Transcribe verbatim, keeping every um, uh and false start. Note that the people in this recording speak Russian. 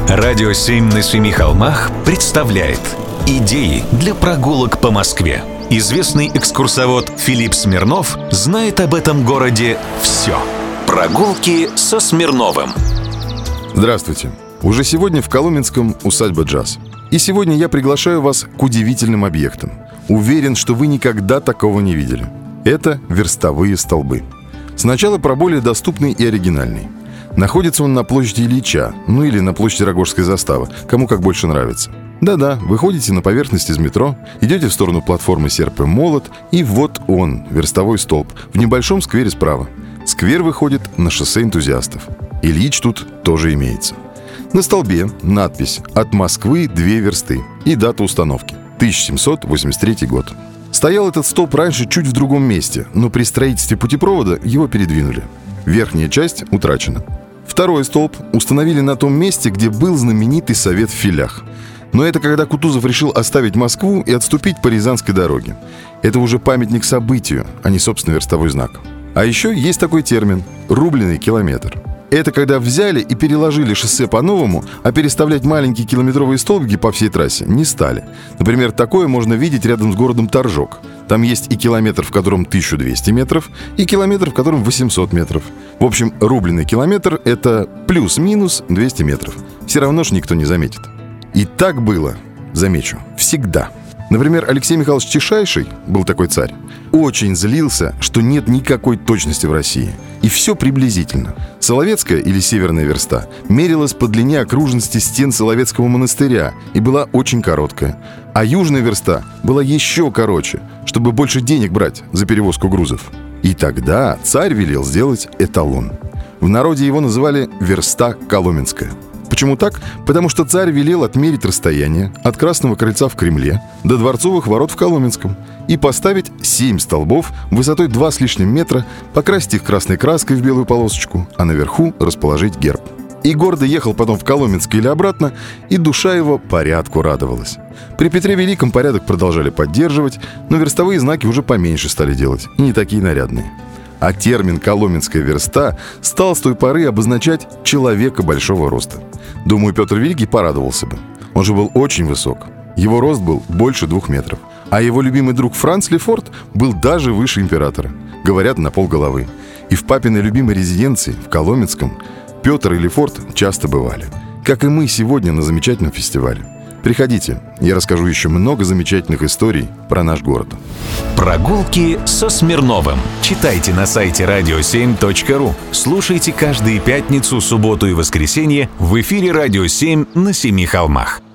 Радио семь на семи холмах представляет идеи для прогулок по Москве. Известный экскурсовод Филипп Смирнов знает об этом городе все. Прогулки со Смирновым. Здравствуйте. Уже сегодня в Коломенском усадьба «Джаз». И сегодня я приглашаю вас к удивительным объектам. Уверен, что вы никогда такого не видели. Это верстовые столбы. Сначала про более доступный и оригинальный. Находится он на площади Ильича, ну или на площади Рогожской заставы, кому как больше нравится. Да-да, выходите на поверхность из метро, идете в сторону платформы «Серп и молот», и вот он, верстовой столб, в небольшом сквере справа. Сквер выходит на шоссе энтузиастов. Ильич тут тоже имеется. На столбе надпись «От Москвы две версты» и дата установки – тысяча семьсот восемьдесят третий год. Стоял этот столб раньше чуть в другом месте, но при строительстве путепровода его передвинули. Верхняя часть утрачена. Второй столб установили на том месте, где был знаменитый совет в Филях. Но это когда Кутузов решил оставить Москву и отступить по Рязанской дороге. Это уже памятник событию, а не, собственно, верстовой знак. А еще есть такой термин – рубленый километр. Это когда взяли и переложили шоссе по-новому, а переставлять маленькие километровые столбики по всей трассе не стали. Например, такое можно видеть рядом с городом Торжок. Там есть и километр, в котором тысяча двести метров, и километр, в котором восемьсот метров. В общем, рубленый километр – это плюс-минус двести метров. Все равно ж никто не заметит. И так было, замечу, всегда. Например, Алексей Михайлович Тишайший, был такой царь, очень злился, что нет никакой точности в России. И все приблизительно. Соловецкая или Северная верста мерилась по длине окружности стен Соловецкого монастыря и была очень короткая. А Южная верста была еще короче, чтобы больше денег брать за перевозку грузов. И тогда царь велел сделать эталон. В народе его называли «верста Коломенская». Почему так? Потому что царь велел отмерить расстояние от Красного крыльца в Кремле до Дворцовых ворот в Коломенском и поставить семь столбов высотой два с лишним метра, покрасить их красной краской в белую полосочку, а наверху расположить герб. И гордо ехал потом в Коломенск или обратно, и душа его порядку радовалась. При Петре Великом порядок продолжали поддерживать, но верстовые знаки уже поменьше стали делать, и не такие нарядные. А термин «коломенская верста» стал с той поры обозначать человека большого роста. Думаю, Петр Великий порадовался бы. Он же был очень высок. Его рост был больше двух метров. А его любимый друг Франц Лефорт был даже выше императора. Говорят, на полголовы. И в папиной любимой резиденции, в Коломенском, Петр и Лефорт часто бывали. Как и мы сегодня на замечательном фестивале. Приходите, я расскажу еще много замечательных историй про наш город. Прогулки со Смирновым. Читайте на сайте радио семь точка ру. Слушайте каждые пятницу, субботу и воскресенье в эфире «Радио семь» на Семи холмах.